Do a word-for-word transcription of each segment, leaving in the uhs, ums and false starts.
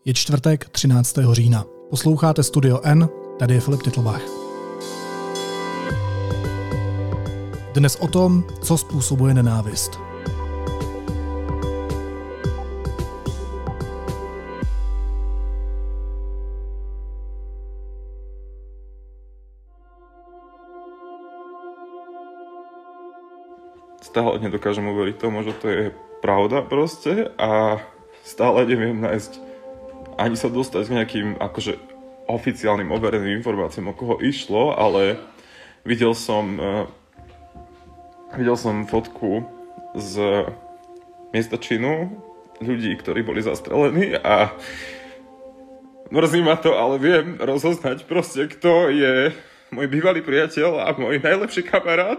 Je čtvrtek třináctého října. Posloucháte Studio N, tady je Filip Titlbach. Dnes o tom, co způsobuje nenávist. Stále nedokážem uveriť tomu, že to je pravda proste a stále neviem nájsť ani sa dostať k nejakým akože oficiálnym overeným informáciám, o koho išlo, ale videl som uh, videl som fotku z miesta činu ľudí, ktorí boli zastrelení a mrzí ma to, ale viem rozoznať proste, kto je môj bývalý priateľ a môj najlepší kamarát.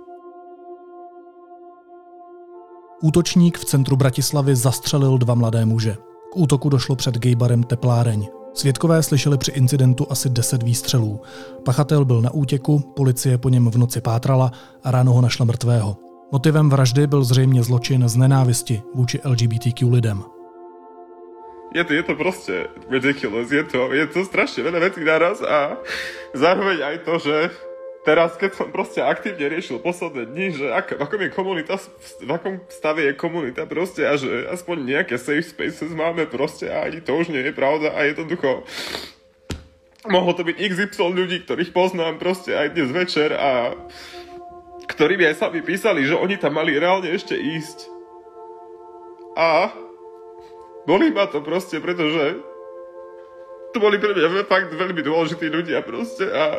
Útočník v centru Bratislavy zastřelil dva mladé muže. K útoku došlo před gaybarem Tepláreň. Svědkové slyšeli při incidentu asi deset výstřelů. Pachatel byl na útěku, policie po něm v noci pátrala a ráno ho našla mrtvého. Motivem vraždy byl zřejmě zločin z nenávisti vůči L G B T Q lidem. Je to, je to proste ridiculous, je to, je to strašne veľa vecí naraz a zároveň aj to, že teraz, keď som proste aktívne riešil posledné dni, že ak, v akom je komunita, v akom stave je komunita proste a že aspoň nejaké safe spaces máme proste a ani to už nie je pravda a jednoducho mohlo to byť iks ypsilon ľudí, ktorých poznám proste aj dnes večer a ktorí by aj sami písali, že oni tam mali reálne ešte ísť. A bolí ma to proste, pretože to boli pre mňa fakt veľmi dôležití ľudia proste a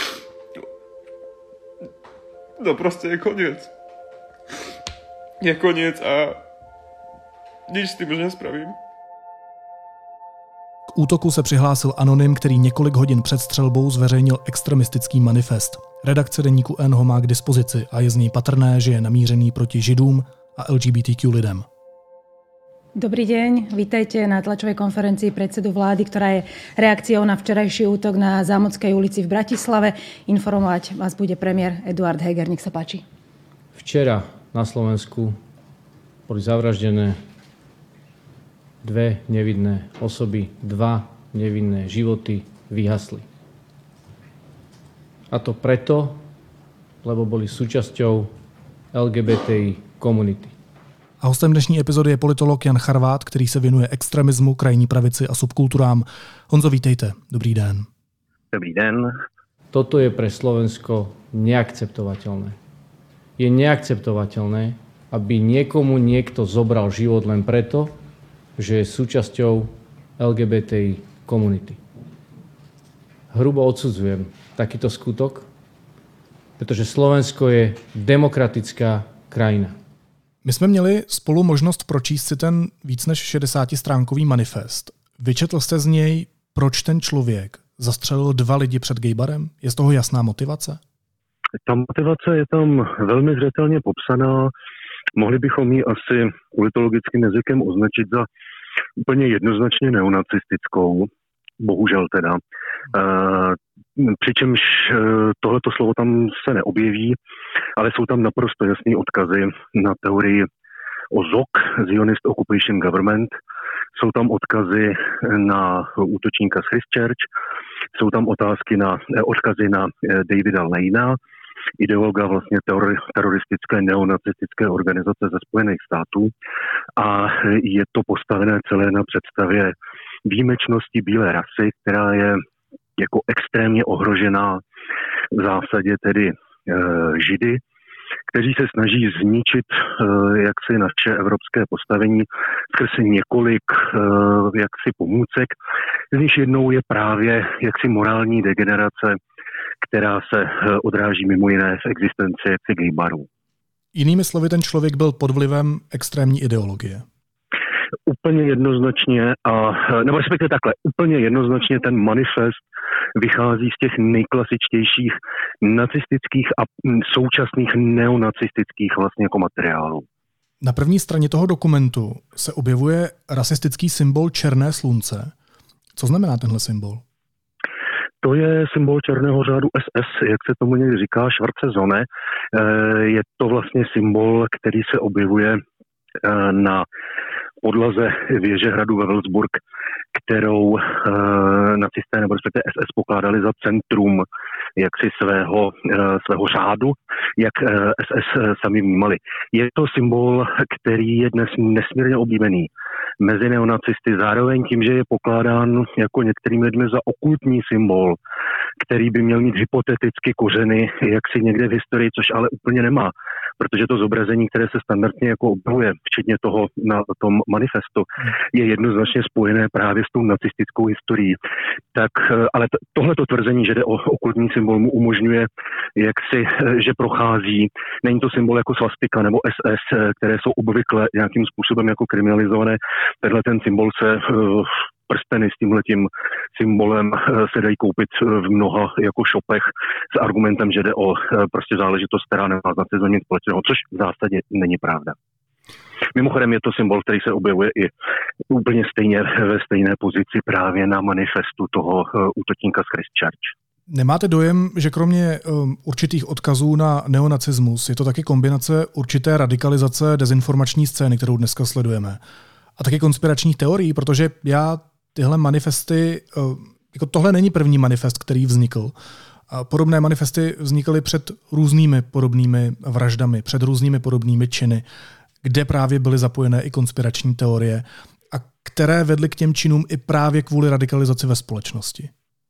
no proste je koniec. Je koniec a nič s tým už nespravím. K útoku se přihlásil anonym, který několik hodin před střelbou zveřejnil extremistický manifest. Redakce deníku N ho má k dispozici a je z něj patrné, že je namířený proti Židům a L G B T Q lidem. Dobrý deň, vítajte na tlačovej konferencii predsedu vlády, ktorá je reakciou na včerajší útok na Zámodskej ulici v Bratislave. Informovať vás bude premiér Eduard Heger, nech sa páči. Včera na Slovensku boli zavraždené dve nevinné osoby, dva nevinné životy vyhasli. A to preto, lebo boli súčasťou L G B T I komunity. A hostem dnešní epizody je politolog Jan Charvát, který se věnuje extremismu, krajní pravici a subkulturám. Honzo, vítejte. Dobrý den. Dobrý den. Toto je pre Slovensko neakceptovateľné. Je neakceptovateľné, aby niekomu niekto zobral život len preto, že je súčasťou L G B T I komunity. Hrubo odsudzujem takýto skutok, pretože Slovensko je demokratická krajina. My jsme měli spolu možnost pročíst si ten víc než šedesátistránkový manifest. Vyčetl jste z něj, proč ten člověk zastřelil dva lidi před gaybarem? Je z toho jasná motivace? Ta motivace je tam velmi zřetelně popsaná. Mohli bychom ji asi politologickým jazykem označit za úplně jednoznačně neonacistickou. Bohužel teda. Uh, přičemž tohleto slovo tam se neobjeví, ale jsou tam naprosto jasné odkazy na teorii o Z O K, Zionist Occupation Government, jsou tam odkazy na útočníka z Christchurch, jsou tam otázky na, odkazy na Davida Lanea, ideologa vlastně teror, teroristické neonacistické organizace ze Spojených států a je to postavené celé na představě výjimečnosti bílé rasy, která je jako extrémně ohrožená v zásadě tedy e, Židy, kteří se snaží zničit e, jaksi naše evropské postavení skrz několik e, jaksi pomůcek. Z nich jednou je právě jaksi morální degenerace, která se e, odráží mimo jiné v existenci jaksi gaybarů. Jinými slovy, ten člověk byl pod vlivem extrémní ideologie. Úplně jednoznačně, a, nebo respektive takhle, úplně jednoznačně ten manifest vychází z těch nejklasičtějších nacistických a současných neonacistických vlastně jako materiálů. Na první straně toho dokumentu se objevuje rasistický symbol černé slunce. Co znamená tenhle symbol? To je symbol černého řádu S S, jak se tomu někdy říká, Schwarze Sonne. Je to vlastně symbol, který se objevuje na podlaze věže hradu Wewelsburg, kterou e, nacisté nebo respektive S S pokládali za centrum jaksi svého, e, svého řádu, jak e, S S sami vnímali. Je to symbol, který je dnes nesmírně oblíbený mezi neonacisty, zároveň tím, že je pokládán jako některými lidmi za okultní symbol, který by měl mít hypoteticky kořeny jaksi někde v historii, což ale úplně nemá, protože to zobrazení, které se standardně jako objevuje, včetně toho na tom manifestu, je jednoznačně spojené právě s tou nacistickou historií. Tak, ale t- tohleto tvrzení, že jde o okultní symbol, mu umožňuje jaksi, že prochází. Není to symbol jako svastika nebo S S, které jsou obvykle nějakým způsobem jako kriminalizované. Tenhle ten symbol se prsteny s tímhletím symbolem se dají koupit v mnoha jako shopech s argumentem, že jde o prostě záležitost, která nemá s nacismem nic společného, což v zásadě není pravda. Mimochodem je to symbol, který se objevuje i úplně stejně ve stejné pozici právě na manifestu toho útočníka z Christchurch. Nemáte dojem, že kromě um, určitých odkazů na neonacismus je to taky kombinace určité radikalizace dezinformační scény, kterou dneska sledujeme? A taky konspiračních teorií, protože já tyhle manifesty, jako tohle není první manifest, který vznikl. Podobné manifesty vznikaly před různými podobnými vraždami, před různými podobnými činy, kde právě byly zapojené i konspirační teorie a které vedly k těm činům i právě kvůli radikalizaci ve společnosti.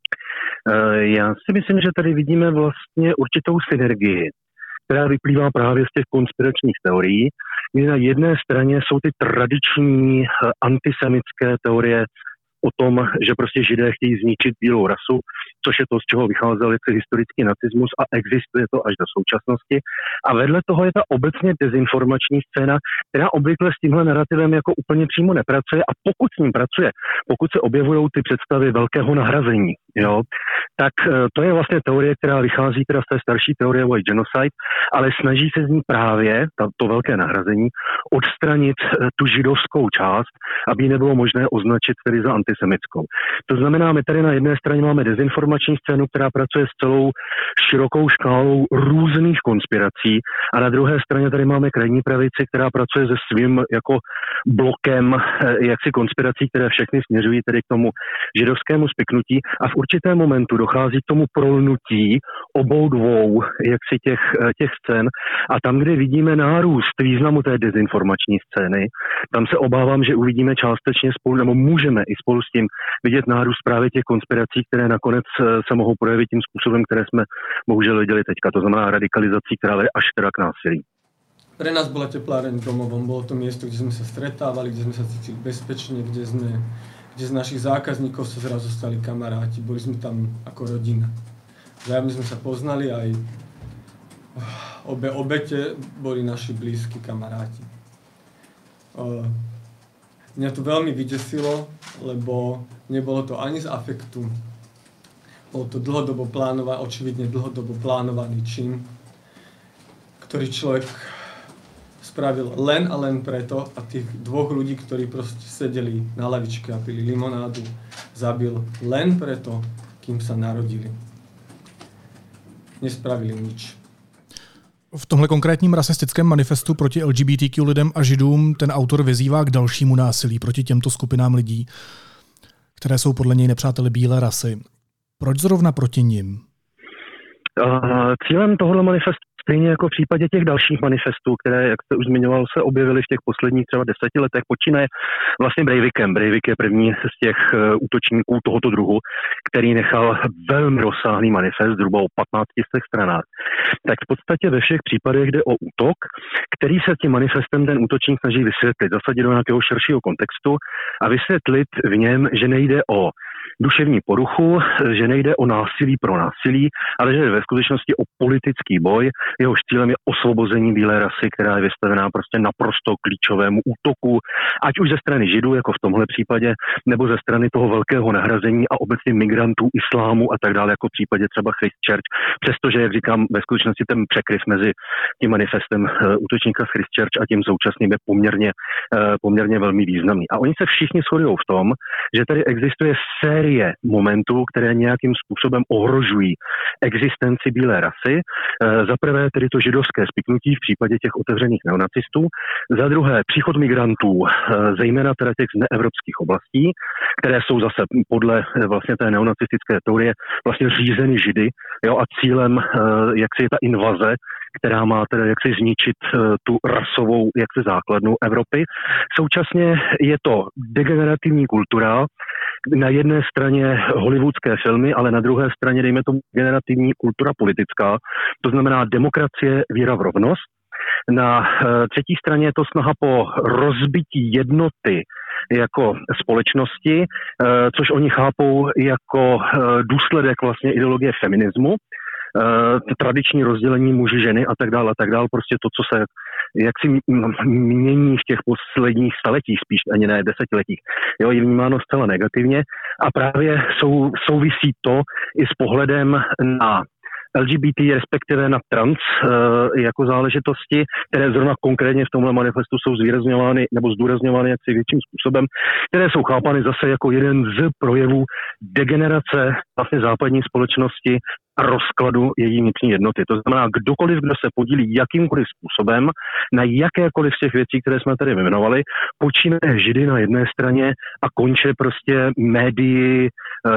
Já si myslím, že tady vidíme vlastně určitou synergii, která vyplývá právě z těch konspiračních teorií, kdy na jedné straně jsou ty tradiční antisemické teorie o tom, že prostě Židé chtějí zničit bílou rasu, což je to, z čeho vycházel historický nacismus a existuje to až do současnosti. A vedle toho je ta obecně dezinformační scéna, která obvykle s tímhle narrativem jako úplně přímo nepracuje a pokud s ním pracuje, pokud se objevují ty představy velkého nahrazení, jo, tak to je vlastně teorie, která vychází teda z té starší teorie white genocide, ale snaží se z ní právě, to velké nahrazení, odstranit tu židovskou část, aby ji nebylo možné označit tedy za antisemitskou. To znamená, my tady na jedné straně máme dezinformační scénu, která pracuje s celou širokou škálou různých konspirací a na druhé straně tady máme krajní pravici, která pracuje se svým jako blokem jaksi konspirací, které všechny směřují tedy k tomu židovskému spiknutí a v určitém momentu dochází k tomu prolnutí obou dvou jaksi těch, těch scén a tam, kde vidíme nárůst významu té dezinformační scény, tam se obávám, že uvidíme částečně spolu, nebo můžeme i spolu s tím vidět nárůst právě těch konspirací, které nakonec se mohou projevit tím způsobem, které jsme bohužel viděli teďka. To znamená radikalizací, která vede až teda k násilí. Pre nás bola tepláreň domovom, bolo to miesto, kde sme sa stretávali, kde sme sa cítili bezpečne, kde sme, kde z našich zákazníkov sa zrazu stali kamaráti, boli sme tam ako rodina. Vzájomne sme sa poznali, aj obe obete boli naši blízki kamaráti. Mňa to veľmi vydesilo, lebo nebolo to ani z afektu. Bol to dlhodobo plánovaný, očividne dlhodobo plánovaný čin, ktorý človek spravil len a len preto a tých dvoch ľudí, ktorí proste sedeli na lavičke a pili limonádu, zabil len preto, kým sa narodili. Nespravili nič. V tomhle konkrétním rasistickém manifestu proti L G B T Q lidem a židům ten autor vyzývá k dalšímu násilí proti těmto skupinám lidí, které jsou podle něj nepřáteli bílé rasy. Proč zrovna proti nim? Uh, cílem tohoto manifestu, stejně jako v případě těch dalších manifestů, které, jak jste už zmiňoval, se objevily v těch posledních třeba deseti letech, počínaje vlastně Breivikem. Breivik je první z těch uh, útočníků tohoto druhu, který nechal velmi rozsáhlý manifest, zhruba o patnácti stranách. Tak v podstatě ve všech případech jde o útok, který se tím manifestem ten útočník snaží vysvětlit, zasadit do nějakého širšího kontextu a vysvětlit v něm, že nejde o duševní poruchu, že nejde o násilí pro násilí, ale že je ve skutečnosti o politický boj. Jehož cílem je osvobození bílé rasy, která je vystavená prostě naprosto klíčovému útoku, ať už ze strany židů, jako v tomhle případě, nebo ze strany toho velkého nahrazení a obecně migrantů, islámu a tak dále, jako v případě třeba Christchurch. Přestože, jak říkám, ve skutečnosti ten překryv mezi tím manifestem útočníka z Christchurch a tím současným je poměrně, poměrně velmi významný. A oni se všichni shodují v tom, že tady existuje série série momentů, které nějakým způsobem ohrožují existenci bílé rasy. Za prvé tedy to židovské spiknutí v případě těch otevřených neonacistů. Za druhé příchod migrantů, zejména teda těch z neevropských oblastí, které jsou zase podle vlastně té neonacistické teorie vlastně řízeny židy, jo, a cílem jak si je ta invaze, která má teda jaksi zničit tu rasovou jaksi základnu Evropy. Současně je to degenerativní kultura, na jedné straně hollywoodské filmy, ale na druhé straně, dejme tomu, generativní kultura politická, to znamená demokracie, víra v rovnost. Na třetí straně je to snaha po rozbití jednoty jako společnosti, což oni chápou jako důsledek vlastně ideologie feminismu, tradiční rozdělení muži, ženy a tak dále, a tak dále, prostě to, co se jaksi mění v těch posledních staletích, spíš ani ne desetiletích, jo, je vnímáno zcela negativně a právě sou, souvisí to i s pohledem na L G B T, respektive na trans e, jako záležitosti, které zrovna konkrétně v tomhle manifestu jsou zvýrazňovány nebo zdůrazňovány jaksi větším způsobem, které jsou chápány zase jako jeden z projevů degenerace vlastně západní společnosti a rozkladu její vnitřní jednoty. To znamená, kdokoliv, kdo se podílí jakýmkoliv způsobem na jakékoliv z těch věcí, které jsme tady vyjmenovali, počínaje židy na jedné straně a konče prostě médii, e,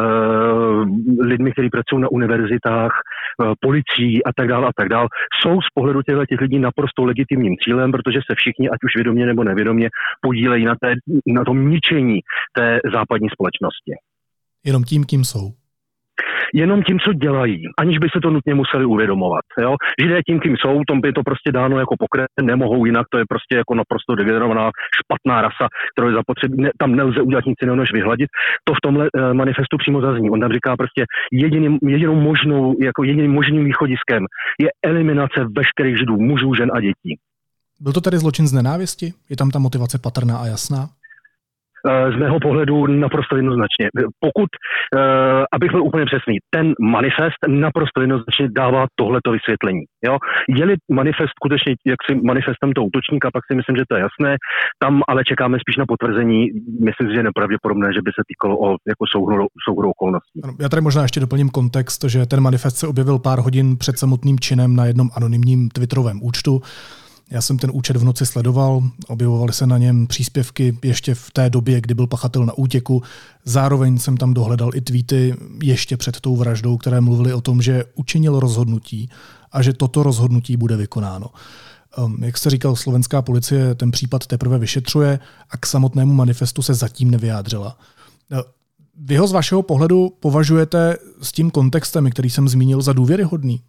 lidmi, kteří pracují na univerzitách, e, policií a tak dále a tak dále, jsou z pohledu těch lidí naprosto legitimním cílem, protože se všichni, ať už vědomě nebo nevědomě, podílejí na, té, na tom ničení té západní společnosti. Jenom tím, kým jsou. Jenom tím, co dělají, aniž by se to nutně museli uvědomovat. Jo? Židé tím, kým jsou, tom by to prostě dáno jako pokret, nemohou jinak, to je prostě jako naprosto degenerovaná špatná rasa, kterou je zapotřebí, ne, tam nelze udělat nic jiného, než vyhladit. To v tomhle e, manifestu přímo zazní. On tam říká prostě jediným, jedinou možnou, jako jediným možným východiskem je eliminace veškerých židů, mužů, žen a dětí. Byl to tedy zločin z nenávisti? Je tam ta motivace patrná a jasná? Z mého pohledu naprosto jednoznačně. Pokud, uh, abych byl úplně přesný, ten manifest naprosto jednoznačně dává tohleto vysvětlení. Jo? Je-li manifest skutečně jaksi manifestem toho útočníka, pak si myslím, že to je jasné. Tam ale čekáme spíš na potvrzení. Myslím si, že je nepravděpodobné, že by se týkalo o jako souhru, souhru okolností. Já tady možná ještě doplním kontext, že ten manifest se objevil pár hodin před samotným činem na jednom anonymním twitterovém účtu. Já jsem ten účet v noci sledoval, objevovaly se na něm příspěvky ještě v té době, kdy byl pachatel na útěku. Zároveň jsem tam dohledal i tweety ještě před tou vraždou, které mluvily o tom, že učinil rozhodnutí a že toto rozhodnutí bude vykonáno. Jak jste říkal, slovenská policie ten případ teprve vyšetřuje a k samotnému manifestu se zatím nevyjádřila. Vy ho z vašeho pohledu považujete s tím kontextem, který jsem zmínil, za důvěryhodný?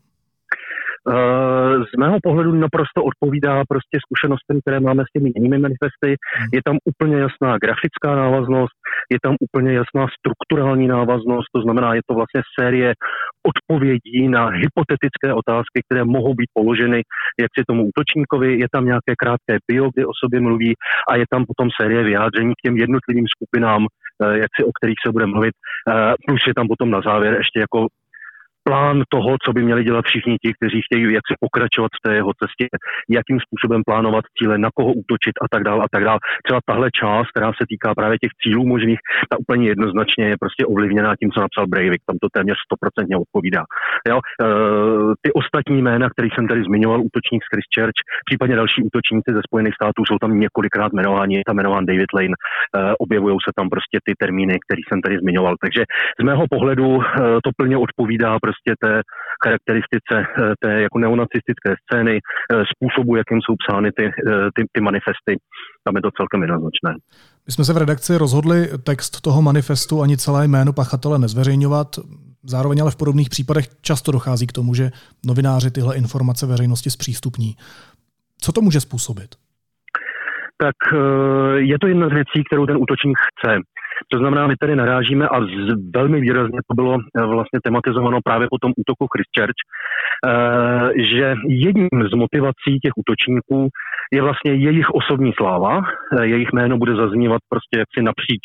Z mého pohledu naprosto odpovídá prostě zkušenostem, které máme s těmi jinými manifesty. Je tam úplně jasná grafická návaznost, je tam úplně jasná strukturální návaznost, to znamená, je to vlastně série odpovědí na hypotetické otázky, které mohou být položeny jaksi tomu útočníkovi, je tam nějaké krátké bio, kdy o sobě mluví a je tam potom série vyjádření k těm jednotlivým skupinám, jaksi, o kterých se bude mluvit, plus je tam potom na závěr ještě jako plán toho, co by měli dělat všichni ti, kteří chtějí jak si pokračovat v té jeho cestě, jakým způsobem plánovat cíle, na koho útočit a tak dále a tak dále. Třeba tahle část, která se týká právě těch cílů možných, ta úplně jednoznačně je prostě ovlivněná tím, co napsal Breivik. Tam to téměř stoprocentně odpovídá. Jo? E, ty ostatní jména, které jsem tady zmiňoval, útočník z Christchurch, případně další útočníci ze Spojených států jsou tam několikrát jmenováni, je tam jmenován David Lane, e, objevují se tam prostě ty termíny, které jsem tady zmiňoval. Takže z mého pohledu e, to plně odpovídá prostě té charakteristice té jako neonacistické scény, způsobu, jakým jsou psány ty, ty, ty manifesty. Tam je to celkem jednoznačné. My jsme se v redakci rozhodli text toho manifestu ani celé jméno pachatele nezveřejňovat. Zároveň ale v podobných případech často dochází k tomu, že novináři tyhle informace veřejnosti zpřístupní. Co to může způsobit? Tak je to jedna z věcí, kterou ten útočník chce. To znamená, my tady narážíme a velmi výrazně to bylo vlastně tematizováno právě po tom útoku Christchurch, že jedním z motivací těch útočníků je vlastně jejich osobní sláva, jejich jméno bude zaznívat prostě jaksi napříč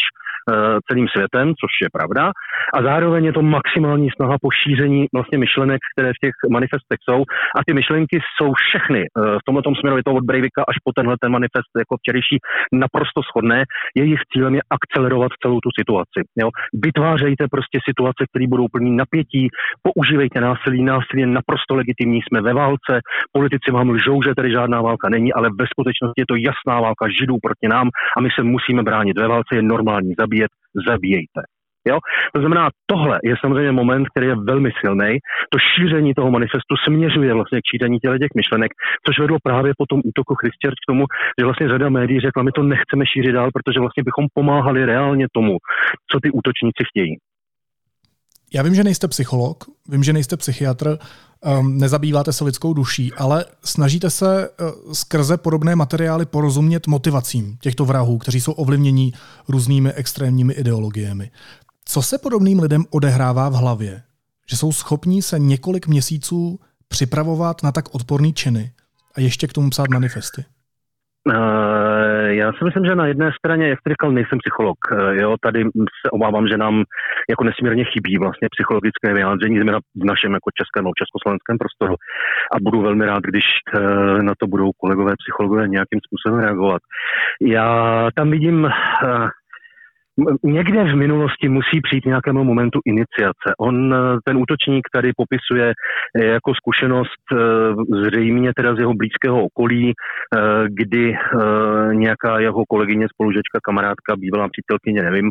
celým světem, což je pravda. A zároveň je to maximální snaha po šíření vlastně myšlenek, které v těch manifestech jsou. A ty myšlenky jsou všechny v tomhletom směru, je to od Breivika až po tenhle ten manifest jako včerejší naprosto shodné. Jejich cílem je akcelerovat celou tu situaci. Jo? Vytvářejte prostě situace, které budou plný napětí, používejte násilí, násilí je naprosto legitimní, jsme ve válce, politici vám lžou, že tady žádná válka není, ale ve skutečnosti je to jasná válka Židů proti nám a my se musíme bránit. Ve válce je normální zabíjet, zabíjejte. Jo? To znamená, tohle je samozřejmě moment, který je velmi silný. To šíření toho manifestu směřuje vlastně k šíření těch myšlenek, což vedlo právě po tom útoku Christchurch k tomu, že vlastně řada médií řekla, my to nechceme šířit dál, protože vlastně bychom pomáhali reálně tomu, co ty útočníci chtějí. Já vím, že nejste psycholog, vím, že nejste psychiatr, um, nezabýváte se lidskou duší, ale snažíte se uh, skrze podobné materiály porozumět motivacím těchto vrahů, kteří jsou ovlivněni různými extrémními ideologiemi. Co se podobným lidem odehrává v hlavě? Že jsou schopní se několik měsíců připravovat na tak odporný činy a ještě k tomu psát manifesty? Já si myslím, že na jedné straně, jak jste říkal, nejsem psycholog. Jo, tady se obávám, že nám jako nesmírně chybí vlastně psychologické vyjádření, zejména v našem jako českém nebo československém prostoru. A budu velmi rád, když na to budou kolegové psychologové nějakým způsobem reagovat. Já tam vidím... Někde v minulosti musí přijít nějakému momentu iniciace. On, ten útočník, tady popisuje jako zkušenost zřejmě teda z jeho blízkého okolí, kdy nějaká jeho kolegyně, spolužečka, kamarádka, bývalá přítelkyně, nevím,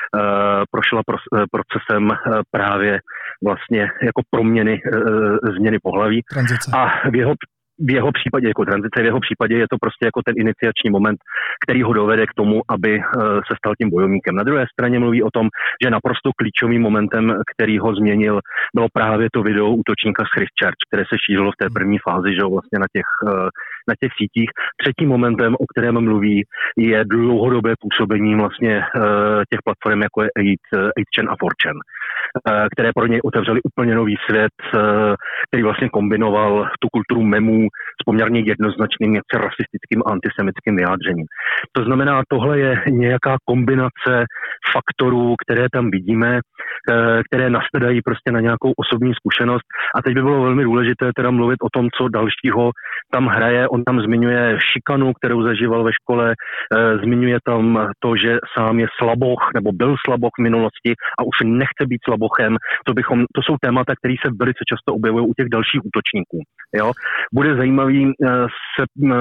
prošla procesem právě vlastně jako proměny, změny pohlaví. Tranzice. A v jeho v jeho případě, jako tranzice, v jeho případě je to prostě jako ten iniciační moment, který ho dovede k tomu, aby se stal tím bojovníkem. Na druhé straně mluví o tom, že naprosto klíčovým momentem, který ho změnil, bylo právě to video útočníka z Christchurch, které se šířilo v té první fázi, že vlastně na těch, na těch sítích. Třetím momentem, o kterém mluví, je dlouhodobé působení vlastně těch platform, jako je eight chan a four chan, které pro něj otevřely úplně nový svět, který vlastně kombinoval tu kulturu memů s poměrně jednoznačným jaksi rasistickým a antisemickým vyjádřením. To znamená, tohle je nějaká kombinace faktorů, které tam vidíme, které nastedají prostě na nějakou osobní zkušenost. A teď by bylo velmi důležité teda mluvit o tom, co dalšího tam hraje. On tam zmiňuje šikanu, kterou zažíval ve škole, zmiňuje tam to, že sám je slaboch, nebo byl slaboch v minulosti a už nechce být slabochem. To, bychom, to jsou témata, které se velice často objevují u těch dalších útočníků. Jo? Bude zajímavý, se,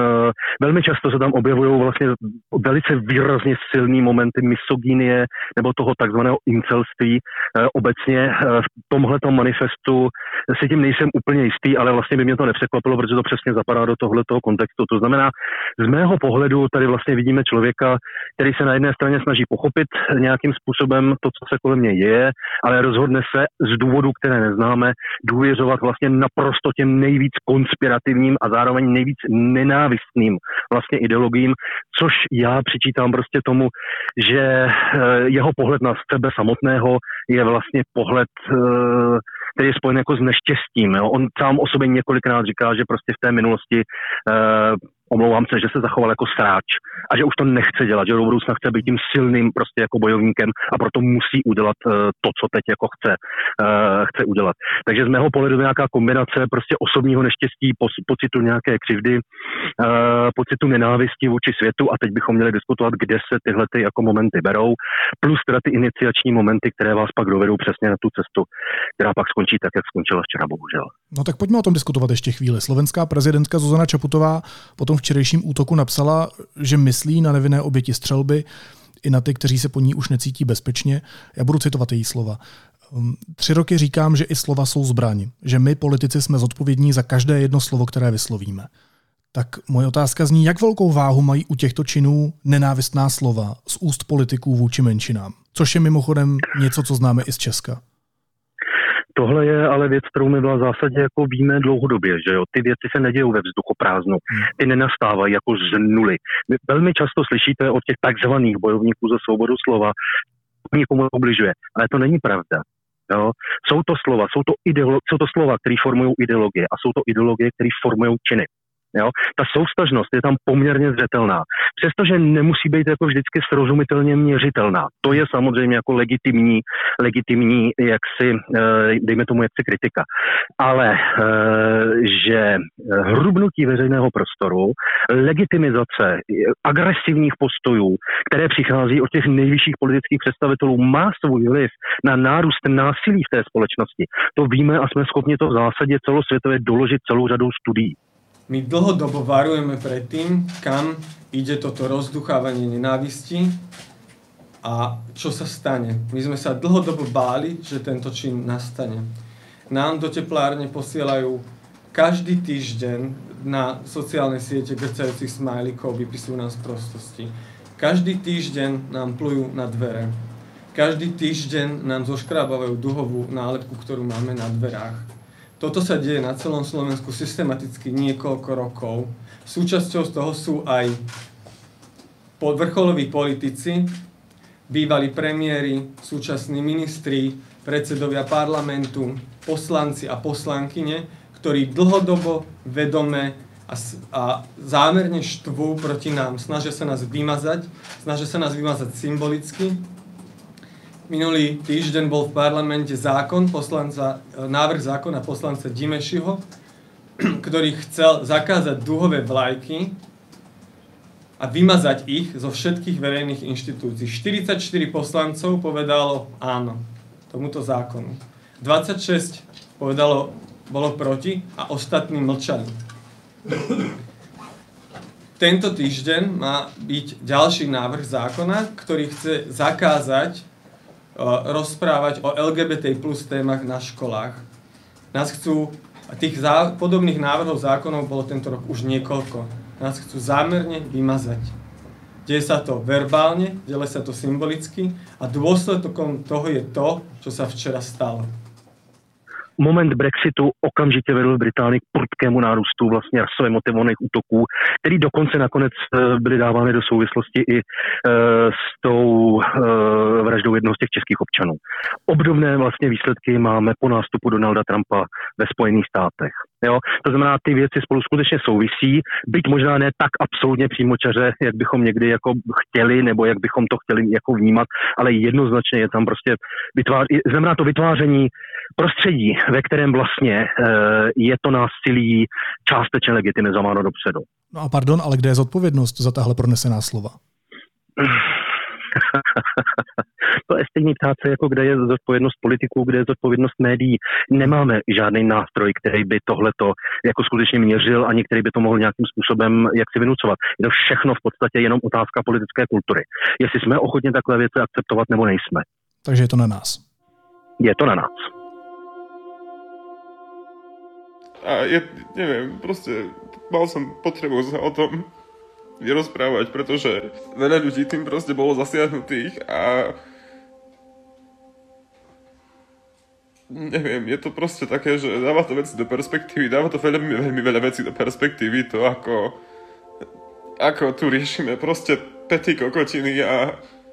velmi často se tam objevují vlastně velice výrazně silný momenty misogynie nebo toho takzvaného incelství. Obecně v tomhletom manifestu si tím nejsem úplně jistý, ale vlastně by mě to nepřekvapilo, protože to přesně zapadá do tohletoho kontextu. To znamená, z mého pohledu tady vlastně vidíme člověka, který se na jedné straně snaží pochopit nějakým způsobem to, co se kolem něj děje, ale rozhodne se z důvodu, které neznáme, důvěřovat vlastně naprosto těm nejvíc konspirativním a zároveň nejvíc nenávistným vlastně ideologiím, což já přičítám prostě tomu, že jeho pohled na sebe samotného je vlastně pohled, který je spojen jako s neštěstím. Jo? On sám o sobě několikrát říká, že prostě v té minulosti omlouvám se, že se zachoval jako sráč a že už to nechce dělat, že do budoucna chce být tím silným prostě jako bojovníkem a proto musí udělat uh, to, co teď jako chce, uh, chce udělat. Takže z mého pohledu nějaká kombinace prostě osobního neštěstí, pocitu nějaké křivdy, uh, pocitu nenávisti vůči světu a teď bychom měli diskutovat, kde se tyhle ty jako momenty berou, plus teda ty iniciační momenty, které vás pak dovedou přesně na tu cestu, která pak skončí tak, jak skončila včera, bohužel. No tak pojďme o tom diskutovat ještě chvíli. Slovenská prezidentka Zuzana Čaputová potom včerejším útoku napsala, že myslí na nevinné oběti střelby i na ty, kteří se po ní už necítí bezpečně. Já budu citovat její slova. Tři roky říkám, že i slova jsou zbraň, že my politici jsme zodpovědní za každé jedno slovo, které vyslovíme. Tak moje otázka zní, jak velkou váhu mají u těchto činů nenávistná slova z úst politiků vůči menšinám, což je mimochodem něco, co známe i z Česka. Tohle je ale věc, kterou my v zásadě jako víme dlouhodobě, že jo. Ty věci se nedějou ve vzduchoprázdnu. Ty nenastávají jako z nuly. Vy velmi často slyšíte od těch takzvaných bojovníků za svobodu slova, někomu obližuje. Ale to není pravda. Jo. Jsou to slova, jsou to, ideolo- jsou to slova, které formují ideologie a jsou to ideologie, které formují činy. Jo? Ta soustažnost je tam poměrně zřetelná. Přestože nemusí být jako vždycky srozumitelně měřitelná. To je samozřejmě jako legitimní, legitimní jaksi, dejme tomu jaksi kritika. Ale že hrubnutí veřejného prostoru, legitimizace agresivních postojů, které přichází od těch nejvyšších politických představitelů, má svůj vliv na nárůst násilí v té společnosti. To víme a jsme schopni to v zásadě celosvětově doložit celou řadou studií. My dlhodobo varujeme pred tým, kam ide toto rozduchávanie nenávisti a čo sa stane. My sme sa dlhodobo báli, že tento čin nastane. Nám do teplárne posielajú každý týždeň na sociálne siete grcajúcich smajlíkov, vypisujú nám sprostosti. Každý týždeň nám plujú na dvere. Každý týždeň nám zoškrábavajú duhovú nálepku, ktorú máme na dverách. Toto sa deje na celom Slovensku systematicky niekoľko rokov. Súčasťou z toho sú aj vrcholoví politici, bývalí premiéri, súčasní ministri, predsedovia parlamentu, poslanci a poslankyne, ktorí dlhodobo, vedome a, a zámerne štvú proti nám. Snažia sa nás vymazať, snažia sa nás vymazať symbolicky. Minulý týždeň bol v parlamente zákon poslanca, návrh zákona poslanca Dimešiho, ktorý chcel zakázať duhové vlajky a vymazať ich zo všetkých verejných inštitúcií. štyridsaťštyri poslancov povedalo áno tomuto zákonu. dvadsaťšesť povedalo, bolo proti a ostatní mlčali. Tento týždeň má byť ďalší návrh zákona, ktorý chce zakázať rozprávať o el gé bé té plus témach na školách. Nás chcú, tých zá, podobných návrhov zákonov bolo tento rok už niekoľko. Nás chcú zámerne vymazať. Deje sa to verbálne, deje sa to symbolicky a dôsledkom toho je to, čo sa včera stalo. Moment Brexitu okamžitě vedl Británii k prudkému nárůstu vlastně rasově motivovaných útoků, který dokonce nakonec byly dávány do souvislosti i s tou vraždou jednoho z těch českých občanů. Obdobné vlastně výsledky máme po nástupu Donalda Trumpa ve Spojených státech. Jo? To znamená, ty věci spolu skutečně souvisí, byť možná ne tak absolutně přímočaře, jak bychom někdy jako chtěli, nebo jak bychom to chtěli jako vnímat, ale jednoznačně je tam prostě vytvář... znamená to vytváření prostředí, ve kterém vlastně je to násilí částečně legitimizováno dopředu. No a pardon, ale kde je zodpovědnost za tahle pronesená slova? To je stejný ptát se, jako kde je zodpovědnost politiků, kde je zodpovědnost médií. Nemáme žádný nástroj, který by tohleto jako skutečně měřil, ani který by to mohl nějakým způsobem jak si vynucovat. Je to všechno v podstatě jenom otázka politické kultury. Jestli jsme ochotni takové věci akceptovat, nebo nejsme. Takže je to na nás. Je to na nás. A je, neviem, proste mal som potrebu sa o tom vyrozprávať, pretože veľa ľudí tým proste bolo zasiahnutých a neviem, je to proste také, že dáva to veci do perspektívy, dáva to veľmi, veľmi veľa vecí do perspektívy, to ako ako tu riešime proste pety kokotiny a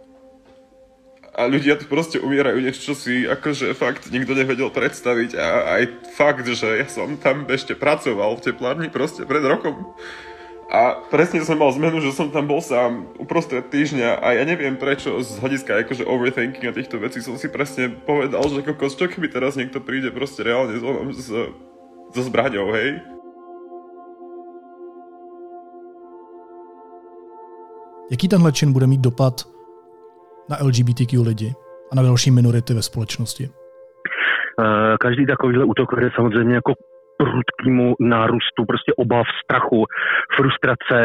a ľudia tu proste umierajú niečo, čo si akože fakt nikto nevedel predstaviť a aj fakt, že ja som tam ešte pracoval v teplárni proste pred rokom a presne som mal zmenu, že som tam bol sám uprostred týždňa a ja neviem prečo z hľadiska akože overthinking a týchto vecí som si presne povedal, že kokos, čo keby teraz niekto príde proste reálne so, so zbraňou, hej? Jaký tenhle čin bude mít dopad na el gé bé té kvé lidi a na další minority ve společnosti? Každý takovýhle útok vede samozřejmě jako prudkému nárůstu prostě obav, strachu, frustrace.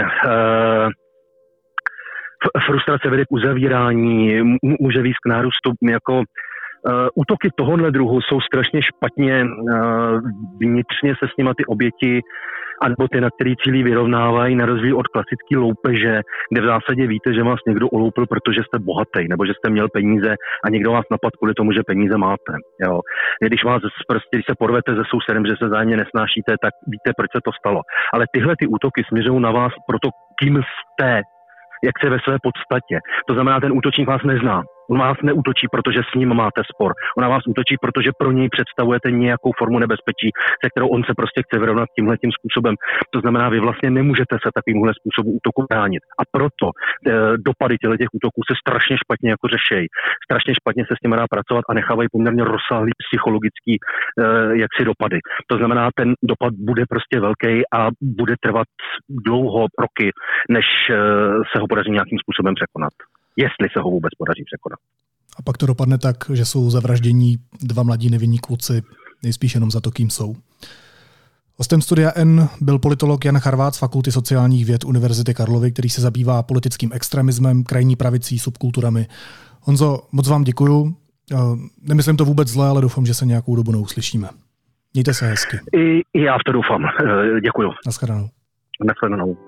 Frustrace vede k uzavírání, může vést k nárůstu jako útoky tohohle druhu jsou strašně špatně, vnitřně se s nima ty oběti anebo ty, na který cílí vyrovnávají, na rozdíl od klasický loupeže, kde v zásadě víte, že vás někdo oloupil, protože jste bohatý, nebo že jste měl peníze a někdo vás napadl kvůli tomu, že peníze máte. Jo. Když vás prostě, když se porvete se sousedem, že se vzájemně nesnášíte, tak víte, proč se to stalo. Ale tyhle ty útoky směřují na vás proto, kým jste, jak se ve své podstatě. To znamená, ten útočník vás nezná. On vás neútočí, protože s ním máte spor. On na vás útočí, protože pro něj představujete nějakou formu nebezpečí, se kterou on se prostě chce vyrovnat tímhletím způsobem. To znamená, vy vlastně nemůžete se takovýmhle způsobu útoku bránit. A proto e, dopady těch útoků se strašně špatně jako řešejí. Strašně špatně se s nimi dá pracovat a nechávají poměrně rozsáhlý psychologický e, jaksi dopady. To znamená, ten dopad bude prostě velký a bude trvat dlouho, roky, než e, se ho podaří nějakým způsobem překonat. Jestli se ho vůbec podaří překonat. A pak to dopadne tak, že jsou zavraždění dva mladí nevinní kluci, nejspíš jenom za to, kým jsou. Hostem Studia N byl politolog Jan Charvát z Fakulty sociálních věd Univerzity Karlovy, který se zabývá politickým extremismem, krajní pravicí, subkulturami. Honzo, moc vám děkuju. Nemyslím to vůbec zle, ale doufám, že se nějakou dobu neuslyšíme. Mějte se hezky. I, i já v to doufám. Děkuju. Naschledanou. Naschledanou.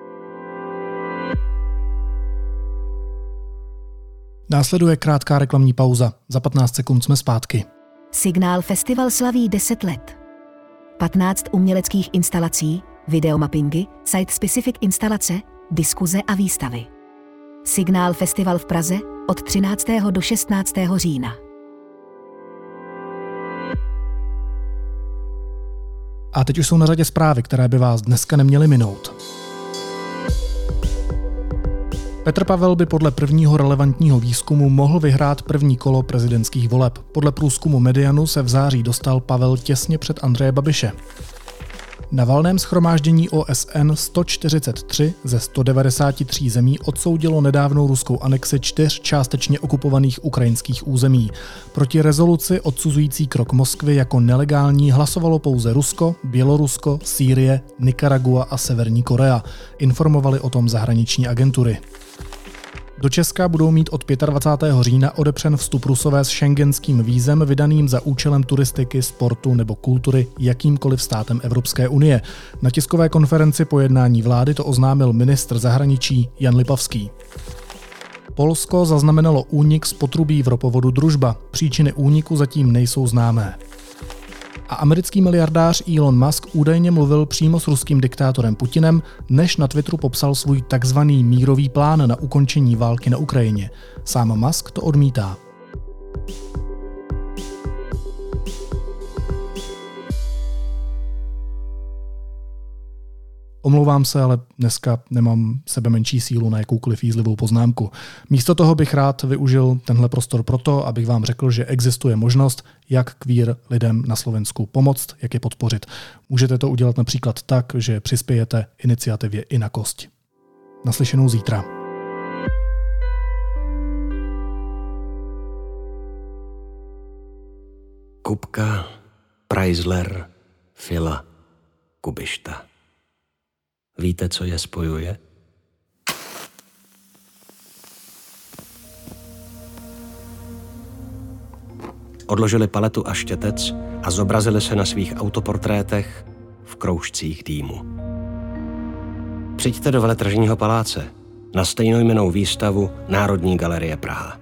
Následuje krátká reklamní pauza. Za patnáct sekund jsme zpátky. Signál Festival slaví deset let. patnáct uměleckých instalací, videomappingy, site-specific instalace, diskuze a výstavy. Signál Festival v Praze od třináctého do šestnáctého října. A teď už jsou na řadě zprávy, které by vás dneska neměly minout. Petr Pavel by podle prvního relevantního výzkumu mohl vyhrát první kolo prezidentských voleb. Podle průzkumu Medianu se v září dostal Pavel těsně před Andreje Babiše. Na valném shromáždění O S N sto čtyřicet tři ze sto devadesát tři zemí odsoudilo nedávnou ruskou anexi čtyř částečně okupovaných ukrajinských území. Proti rezoluci odsuzující krok Moskvy jako nelegální hlasovalo pouze Rusko, Bělorusko, Sýrie, Nikaragua a Severní Korea. Informovali o tom zahraniční agentury. Do Česka budou mít od dvacátého pátého října odepřen vstup Rusové s schengenským vízem vydaným za účelem turistiky, sportu nebo kultury jakýmkoliv státem Evropské unie. Na tiskové konferenci po jednání vlády to oznámil ministr zahraničí Jan Lipavský. Polsko zaznamenalo únik z potrubí v ropovodu Družba. Příčiny úniku zatím nejsou známé. A americký miliardář Elon Musk údajně mluvil přímo s ruským diktátorem Putinem, než na Twitteru popsal svůj takzvaný mírový plán na ukončení války na Ukrajině. Sám Musk to odmítá. Omlouvám se, ale dneska nemám sebe menší sílu na jakoukoliv jízlivou poznámku. Místo toho bych rád využil tenhle prostor proto, abych vám řekl, že existuje možnost, jak queer lidem na Slovensku pomoct, jak je podpořit. Můžete to udělat například tak, že přispějete iniciativě I na kost. Naslyšenou zítra. Kupka, Chrysler, Fila, Kubišta. Víte, co je spojuje? Odložili paletu a štětec a zobrazili se na svých autoportrétech v kroužcích dýmu. Přijďte do Veletržního paláce na stejnojmennou výstavu Národní galerie Praha.